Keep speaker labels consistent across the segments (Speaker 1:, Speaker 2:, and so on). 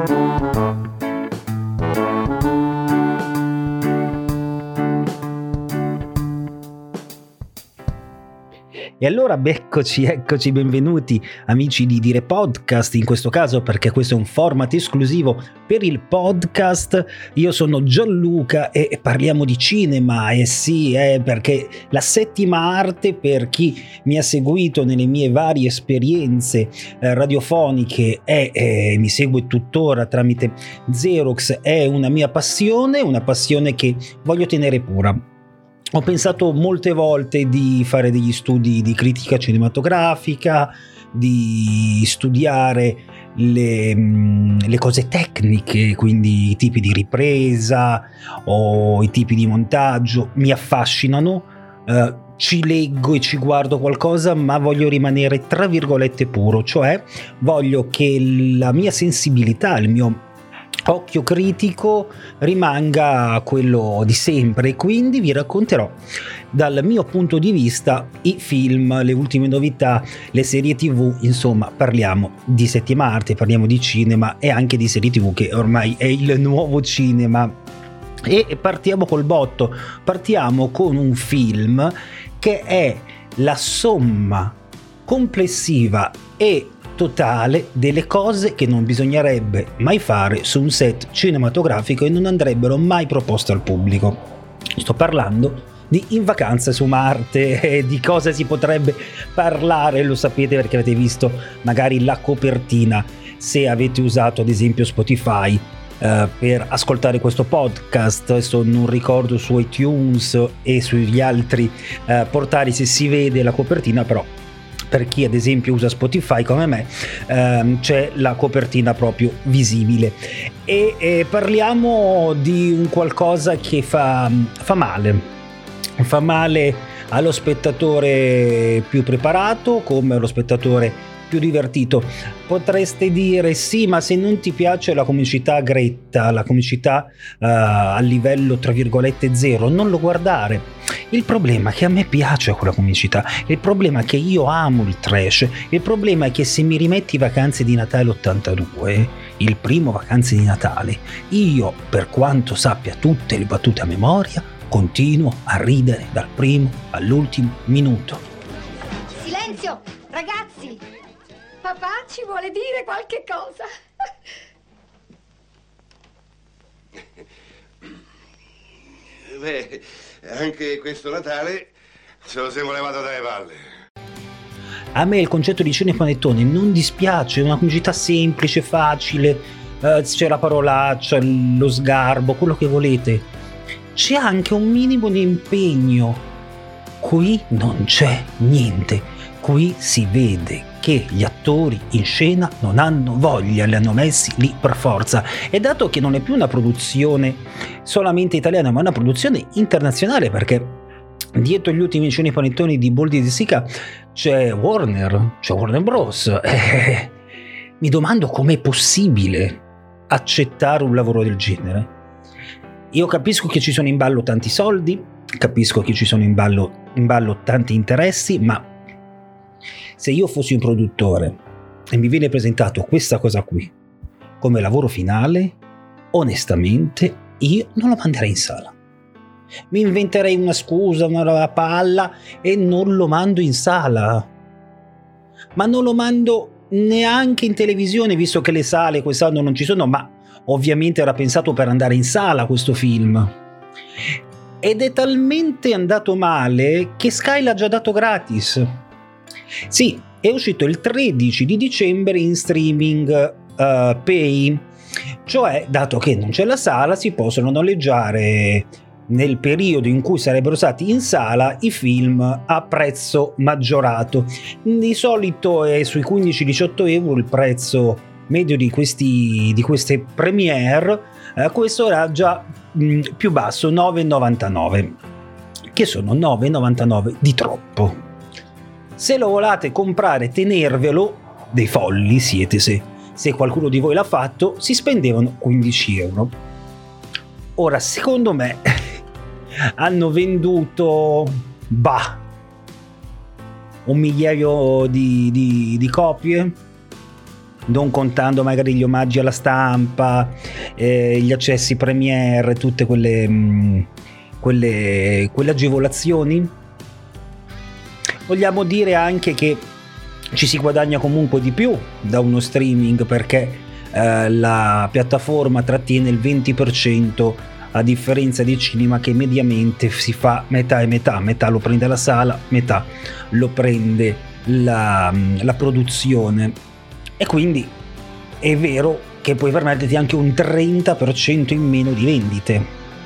Speaker 1: E allora eccoci, benvenuti amici di Dire Podcast, in questo caso perché questo è un format esclusivo per il podcast. Io sono Gianluca e parliamo di cinema, perché la settima arte, per chi mi ha seguito nelle mie varie esperienze radiofoniche e mi segue tuttora tramite Xerox, è una mia passione, una passione che voglio tenere pura. Ho pensato molte volte di fare degli studi di critica cinematografica, di studiare le cose tecniche, quindi i tipi di ripresa o i tipi di montaggio. Mi affascinano, ci leggo e ci guardo qualcosa, ma voglio rimanere tra virgolette puro, cioè voglio che la mia sensibilità, il mio occhio critico rimanga quello di sempre, e quindi vi racconterò dal mio punto di vista i film, le ultime novità, le serie TV. Insomma, parliamo di settima arte, parliamo di cinema e anche di serie TV, che ormai è il nuovo cinema. E partiamo col botto, partiamo con un film che è la somma complessiva e totale delle cose che non bisognerebbe mai fare su un set cinematografico e non andrebbero mai proposte al pubblico. Sto parlando di In vacanza su Marte. Di cosa si potrebbe parlare lo sapete perché avete visto magari la copertina, se avete usato ad esempio Spotify per ascoltare questo podcast. Adesso non ricordo su iTunes e sugli altri portali se si vede la copertina, però per chi ad esempio usa Spotify come me c'è la copertina proprio visibile. E parliamo di un qualcosa che fa male allo spettatore più preparato come allo spettatore più divertito. Potreste dire sì, ma se non ti piace la comicità gretta, la comicità a livello tra virgolette zero, non lo guardare. Il problema è che a me piace quella comicità, il problema è che io amo il trash, il problema è che se mi rimetti Vacanze di Natale 82, il primo Vacanze di Natale, io, per quanto sappia tutte le battute a memoria, continuo a ridere dal primo all'ultimo minuto.
Speaker 2: Silenzio, ragazzi! Papà ci vuole dire qualche cosa.
Speaker 3: Beh, anche questo Natale ce lo siamo levato dalle palle.
Speaker 1: A me il concetto di cinepanettone non dispiace, è una comicità semplice, facile, c'è la parolaccia, lo sgarbo, quello che volete. C'è anche un minimo di impegno. Qui non c'è niente. Qui si vede che gli attori in scena non hanno voglia, li hanno messi lì per forza. E dato che non è più una produzione solamente italiana, ma una produzione internazionale, perché dietro gli ultimi cinepanettoni di Boldi di Sica c'è Warner Bros. Mi domando com'è possibile accettare un lavoro del genere. Io capisco che ci sono in ballo tanti soldi, capisco che ci sono in ballo tanti interessi, ma se io fossi un produttore e mi viene presentato questa cosa qui come lavoro finale, onestamente io non lo manderei in sala. Mi inventerei una scusa, una palla e non lo mando in sala. Ma non lo mando neanche in televisione, visto che le sale quest'anno non ci sono, ma ovviamente era pensato per andare in sala questo film. Ed è talmente andato male che Sky l'ha già dato gratis. Sì, è uscito il 13 di dicembre in streaming pay, cioè dato che non c'è la sala si possono noleggiare nel periodo in cui sarebbero stati in sala i film a prezzo maggiorato. Di solito è sui 15-18 euro il prezzo medio di queste premiere, questo era già più basso, 9,99, che sono 9,99 di troppo. Se lo volate comprare, tenervelo, dei folli siete. Se qualcuno di voi l'ha fatto, si spendevano 15 euro. Ora, secondo me, hanno venduto 1 migliaio di copie. non contando magari gli omaggi alla stampa, gli accessi Premiere, tutte quelle agevolazioni. Vogliamo dire anche che ci si guadagna comunque di più da uno streaming, perché la piattaforma trattiene il 20%, a differenza di cinema che mediamente si fa metà e metà lo prende la sala, metà lo prende la produzione, e quindi è vero che puoi permetterti anche un 30% in meno di vendite.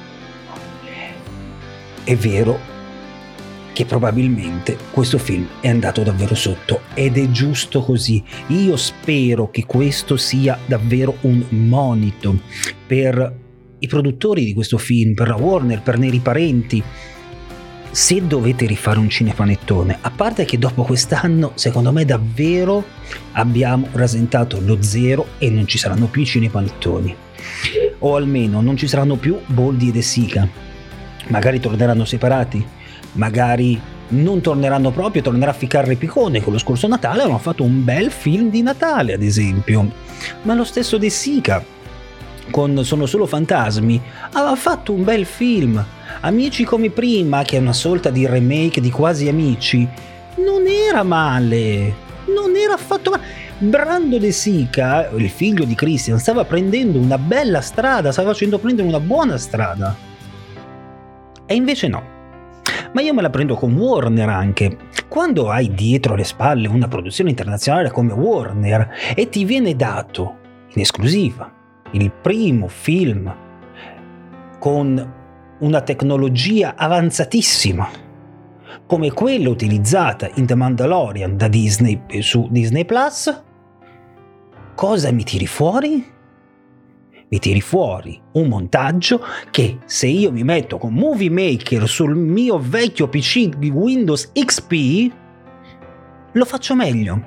Speaker 1: È vero che probabilmente questo film è andato davvero sotto, ed è giusto così. Io spero che questo sia davvero un monito per i produttori di questo film, per la Warner, per Neri Parenti. Se dovete rifare un cinepanettone, a parte che dopo quest'anno secondo me davvero abbiamo rasentato lo zero e non ci saranno più i cinepanettoni, o almeno non ci saranno più Boldi e De Sica. Magari torneranno separati, magari non torneranno proprio, tornerà a ficcare Piccone. Con lo scorso Natale hanno fatto un bel film di Natale, ad esempio, ma lo stesso De Sica con Sono solo fantasmi aveva fatto un bel film. Amici come prima, che è una sorta di remake di Quasi Amici, non era male, non era affatto male. Brando De Sica, il figlio di Christian, stava prendendo una bella strada, stava facendo prendere una buona strada, e invece no. Ma io me la prendo con Warner anche. Quando hai dietro le spalle una produzione internazionale come Warner e ti viene dato in esclusiva il primo film con una tecnologia avanzatissima come quella utilizzata in The Mandalorian da Disney su Disney Plus, cosa mi tiri fuori? Mi tiri fuori un montaggio che, se io mi metto con Movie Maker sul mio vecchio PC di Windows XP, lo faccio meglio.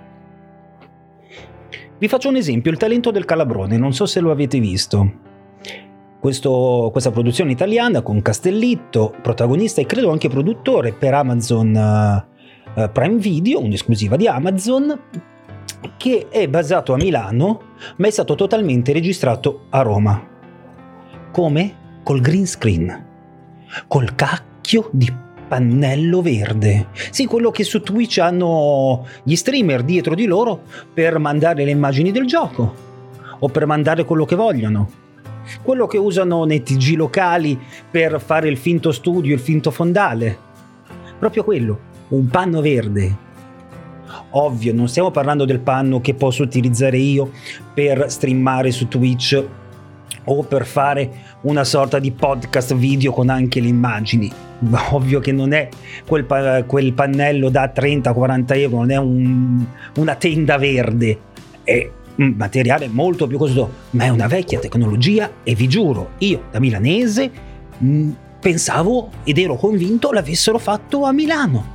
Speaker 1: Vi faccio un esempio: Il talento del calabrone, non so se lo avete visto. Questa produzione italiana con Castellitto, protagonista e credo anche produttore per Amazon Prime Video, un'esclusiva di Amazon, che è basato a Milano ma è stato totalmente registrato a Roma. Come? Col green screen, col cacchio di pannello verde. Sì, quello che su Twitch hanno gli streamer dietro di loro per mandare le immagini del gioco o per mandare quello che vogliono. Quello che usano nei TG locali per fare il finto studio, il finto fondale. Proprio quello, un panno verde. Ovvio, non stiamo parlando del panno che posso utilizzare io per streamare su Twitch o per fare una sorta di podcast video con anche le immagini. Ovvio che non è quel pannello da 30-40 euro, non è una tenda verde, è un materiale molto più costoso, ma è una vecchia tecnologia, e vi giuro, io da milanese pensavo ed ero convinto l'avessero fatto a Milano,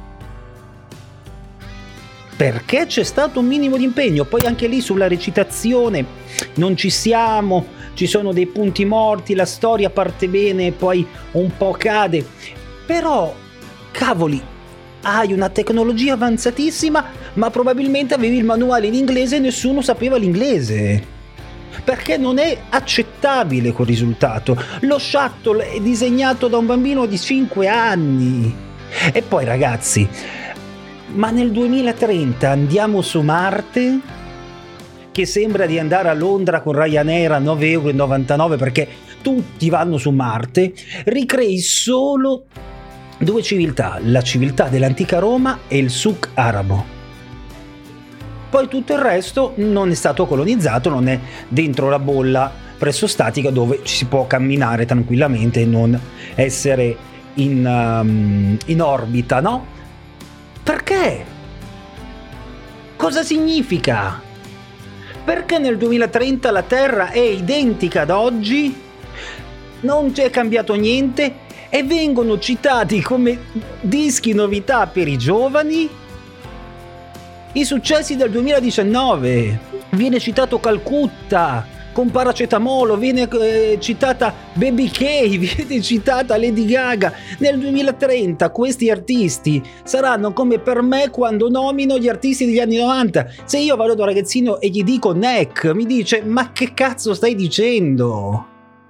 Speaker 1: perché c'è stato un minimo di impegno. Poi anche lì sulla recitazione non ci siamo, ci sono dei punti morti, la storia parte bene, poi un po' cade, però cavoli, hai una tecnologia avanzatissima, ma probabilmente avevi il manuale in inglese e nessuno sapeva l'inglese, perché non è accettabile quel risultato. Lo shuttle è disegnato da un bambino di 5 anni. E poi ragazzi, ma nel 2030 andiamo su Marte, che sembra di andare a Londra con Ryanair a 9,99 euro perché tutti vanno su Marte, ricrei solo due civiltà, la civiltà dell'antica Roma e il souk arabo. Poi tutto il resto non è stato colonizzato, non è dentro la bolla pressostatica dove ci si può camminare tranquillamente e non essere in orbita, no? Perché? Cosa significa? Perché nel 2030 la Terra è identica ad oggi, non c'è cambiato niente e vengono citati come dischi novità per i giovani i successi del 2019. Viene citato Calcutta con paracetamolo, viene citata Baby K, viene citata Lady Gaga. Nel 2030 questi artisti saranno come per me quando nomino gli artisti degli anni 90. Se io vado da un ragazzino e gli dico Neck, mi dice: ma che cazzo stai dicendo?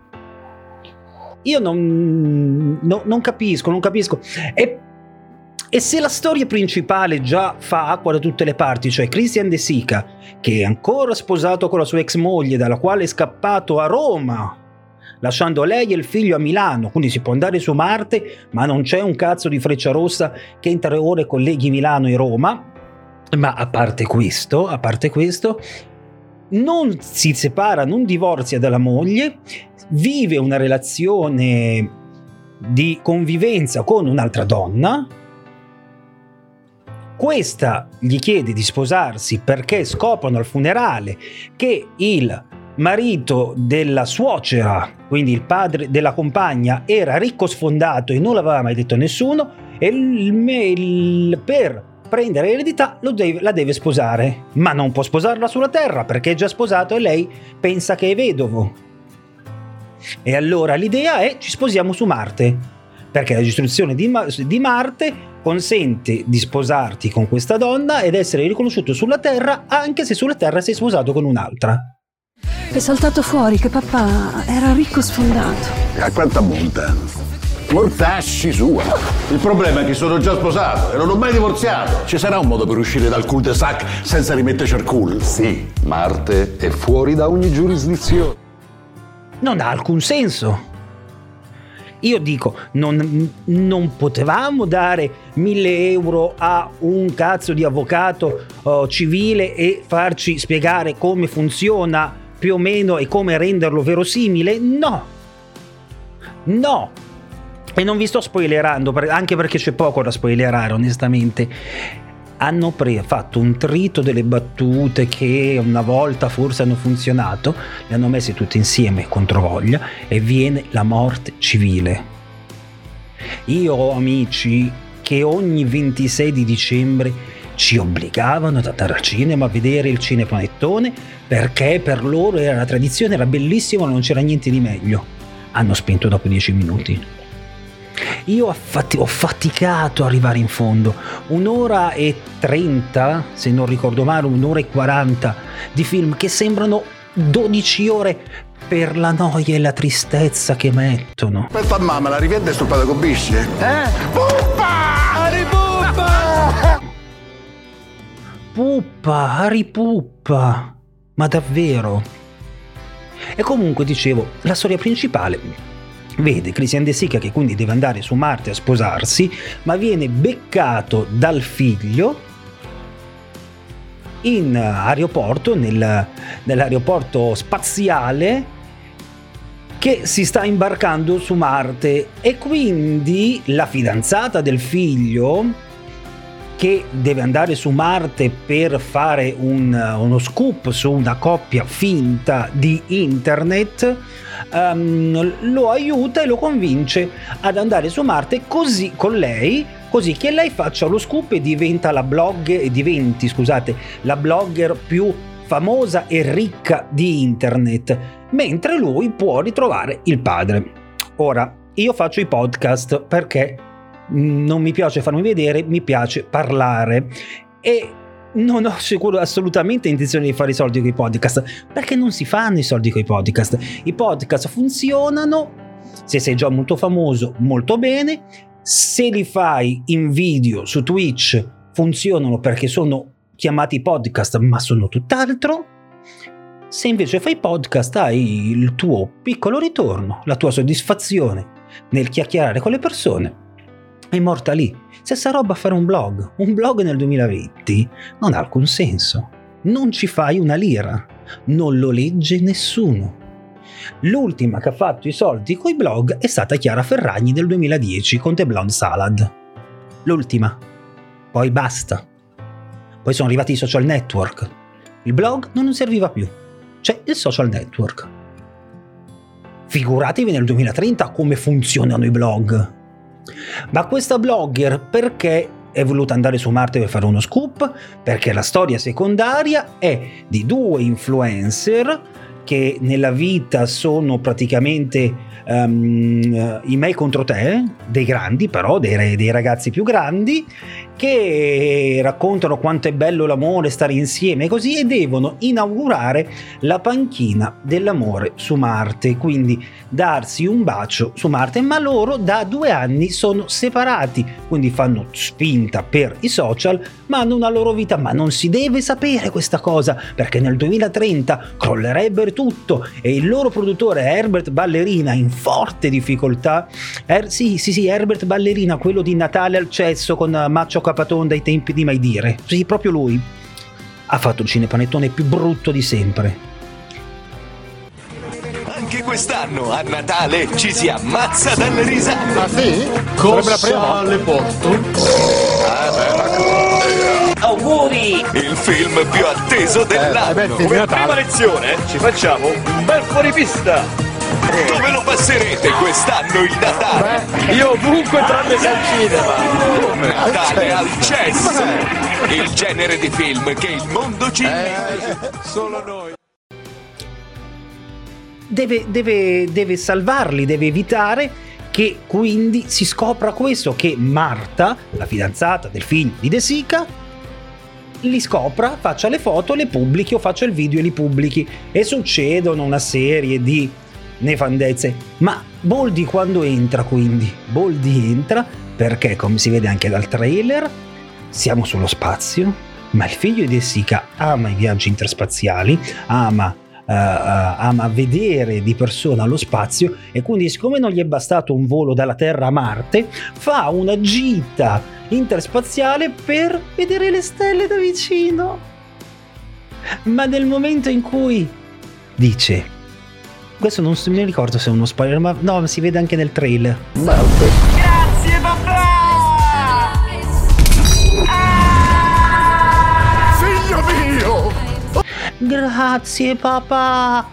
Speaker 1: Io non capisco. E se la storia principale già fa acqua da tutte le parti, cioè Christian De Sica, che è ancora sposato con la sua ex moglie, dalla quale è scappato a Roma, lasciando lei e il figlio a Milano, quindi si può andare su Marte, ma non c'è un cazzo di Frecciarossa che in 3 ore colleghi Milano e Roma. Ma a parte questo, non si separa, non divorzia dalla moglie, vive una relazione di convivenza con un'altra donna. Questa gli chiede di sposarsi perché scoprono al funerale che il marito della suocera, quindi il padre della compagna, era ricco sfondato e non l'aveva mai detto a nessuno, e per prendere l'eredità la deve sposare, ma non può sposarla sulla terra perché è già sposato e lei pensa che è vedovo. E allora l'idea è: ci sposiamo su Marte, perché la distruzione di Marte consente di sposarti con questa donna ed essere riconosciuto sulla Terra, anche se sulla Terra sei sposato con un'altra.
Speaker 4: È saltato fuori che papà era ricco sfondato.
Speaker 5: E a quanta monta? Mortacci sua.
Speaker 3: Il problema è che sono già sposato e non ho mai divorziato.
Speaker 5: Ci sarà un modo per uscire dal cul-de-sac senza rimetterci al culo?
Speaker 6: Sì, Marte è fuori da ogni giurisdizione.
Speaker 1: Non ha alcun senso. Io dico, non potevamo dare 1.000 euro a un cazzo di avvocato civile e farci spiegare come funziona più o meno e come renderlo verosimile? No. E non vi sto spoilerando, anche perché c'è poco da spoilerare, onestamente. Hanno fatto un trito delle battute che una volta forse hanno funzionato, le hanno messe tutte insieme controvoglia e viene la morte civile. Io ho amici che ogni 26 di dicembre ci obbligavano ad andare al cinema a vedere il cinepanettone perché per loro era la tradizione, era bellissimo, non c'era niente di meglio. Hanno spento dopo 10 minuti. Io ho faticato ad arrivare in fondo. 1:30, se non ricordo male, 1:40 di film che sembrano 12 ore per la noia e la tristezza che mettono.
Speaker 5: Aspetta, mamma, la rivende stupata con bisci?
Speaker 1: Puppa, ma davvero? E comunque dicevo, la storia principale vede Christian De Sica che quindi deve andare su Marte a sposarsi, ma viene beccato dal figlio in aeroporto, nell'aeroporto spaziale che si sta imbarcando su Marte, e quindi la fidanzata del figlio, che deve andare su Marte per fare uno scoop su una coppia finta di internet, lo aiuta e lo convince ad andare su Marte così con lei, così che lei faccia lo scoop e diventi la blogger più famosa e ricca di internet, mentre lui può ritrovare il padre. Ora, io faccio i podcast perché non mi piace farmi vedere, mi piace parlare, e non ho assolutamente intenzione di fare i soldi con i podcast, perché non si fanno i soldi con i podcast. I podcast funzionano se sei già molto famoso, molto bene. Se li fai in video su Twitch funzionano perché sono chiamati podcast, ma sono tutt'altro. Se invece fai podcast hai il tuo piccolo ritorno, la tua soddisfazione nel chiacchierare con le persone, è morta lì. Stessa roba a fare un blog nel 2020 non ha alcun senso, non ci fai una lira, non lo legge nessuno. L'ultima che ha fatto i soldi coi blog è stata Chiara Ferragni nel 2010 con The Blonde Salad, l'ultima, poi basta. Poi sono arrivati i social network, il blog non serviva più, c'è il social network. Figuratevi nel 2030 come funzionano i blog. Ma questa blogger perché è voluta andare su Marte per fare uno scoop? Perché la storia secondaria è di 2 influencer che nella vita sono praticamente i me contro te, dei grandi però, dei ragazzi più grandi, che raccontano quanto è bello l'amore, stare insieme e così, e devono inaugurare la panchina dell'amore su Marte, quindi darsi un bacio su Marte, ma loro da 2 anni sono separati, quindi fanno spinta per i social, ma hanno una loro vita, ma non si deve sapere questa cosa, perché nel 2030 crollerebbe tutto e il loro produttore Herbert Ballerina, in forte difficoltà, Herbert Ballerina, quello di Natale al cesso con Maccio Capatonda ai tempi di Mai Dire, sì, proprio lui, ha fatto il cinepanettone più brutto di sempre.
Speaker 7: Anche quest'anno a Natale ci si ammazza dalle risate.
Speaker 5: Ah sì?
Speaker 8: Cosa le porto?
Speaker 7: Auguri! Il film più atteso dell'anno.
Speaker 8: Come prima lezione ci facciamo un bel fuoripista.
Speaker 7: Dove lo passerete quest'anno il Natale?
Speaker 8: Io ovunque tranne che al cinema.
Speaker 7: Natale al cesso. Il genere di film che il mondo ci solo noi.
Speaker 1: Deve salvarli, deve evitare che quindi si scopra questo, che Marta, la fidanzata del figlio di De Sica, li scopra, faccia le foto, le pubblichi o faccia il video e li pubblichi, e succedono una serie di nefandezze. Ma Boldi quando entra, quindi Boldi entra perché, come si vede anche dal trailer, siamo sullo spazio, ma il figlio di De Sica ama i viaggi interspaziali, ama vedere di persona lo spazio, e quindi, siccome non gli è bastato un volo dalla Terra a Marte, fa una gita interspaziale per vedere le stelle da vicino. Ma nel momento in cui dice, questo non mi ricordo se è uno spoiler, ma no, si vede anche nel trailer.
Speaker 7: Grazie papà!
Speaker 5: Figlio mio!
Speaker 1: Grazie papà.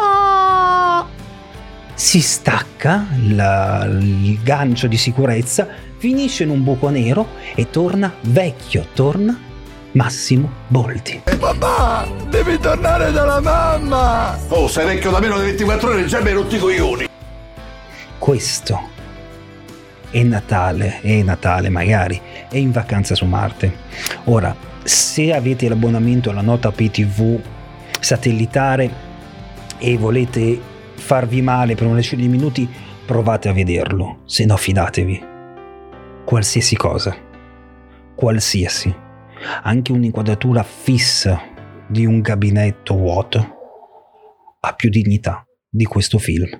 Speaker 1: Si stacca il gancio di sicurezza, finisce in un buco nero e torna vecchio, torna Massimo Boldi.
Speaker 5: Papà, devi tornare dalla mamma! Oh, sei vecchio da meno di 24 ore, già mi hai rotti i coglioni!
Speaker 1: Questo è Natale magari, è In Vacanza su Marte. Ora, se avete l'abbonamento alla Nota Pay TV satellitare e volete farvi male per una decina di minuti, provate a vederlo, se no fidatevi. Qualsiasi cosa, qualsiasi, anche un'inquadratura fissa di un gabinetto vuoto ha più dignità di questo film.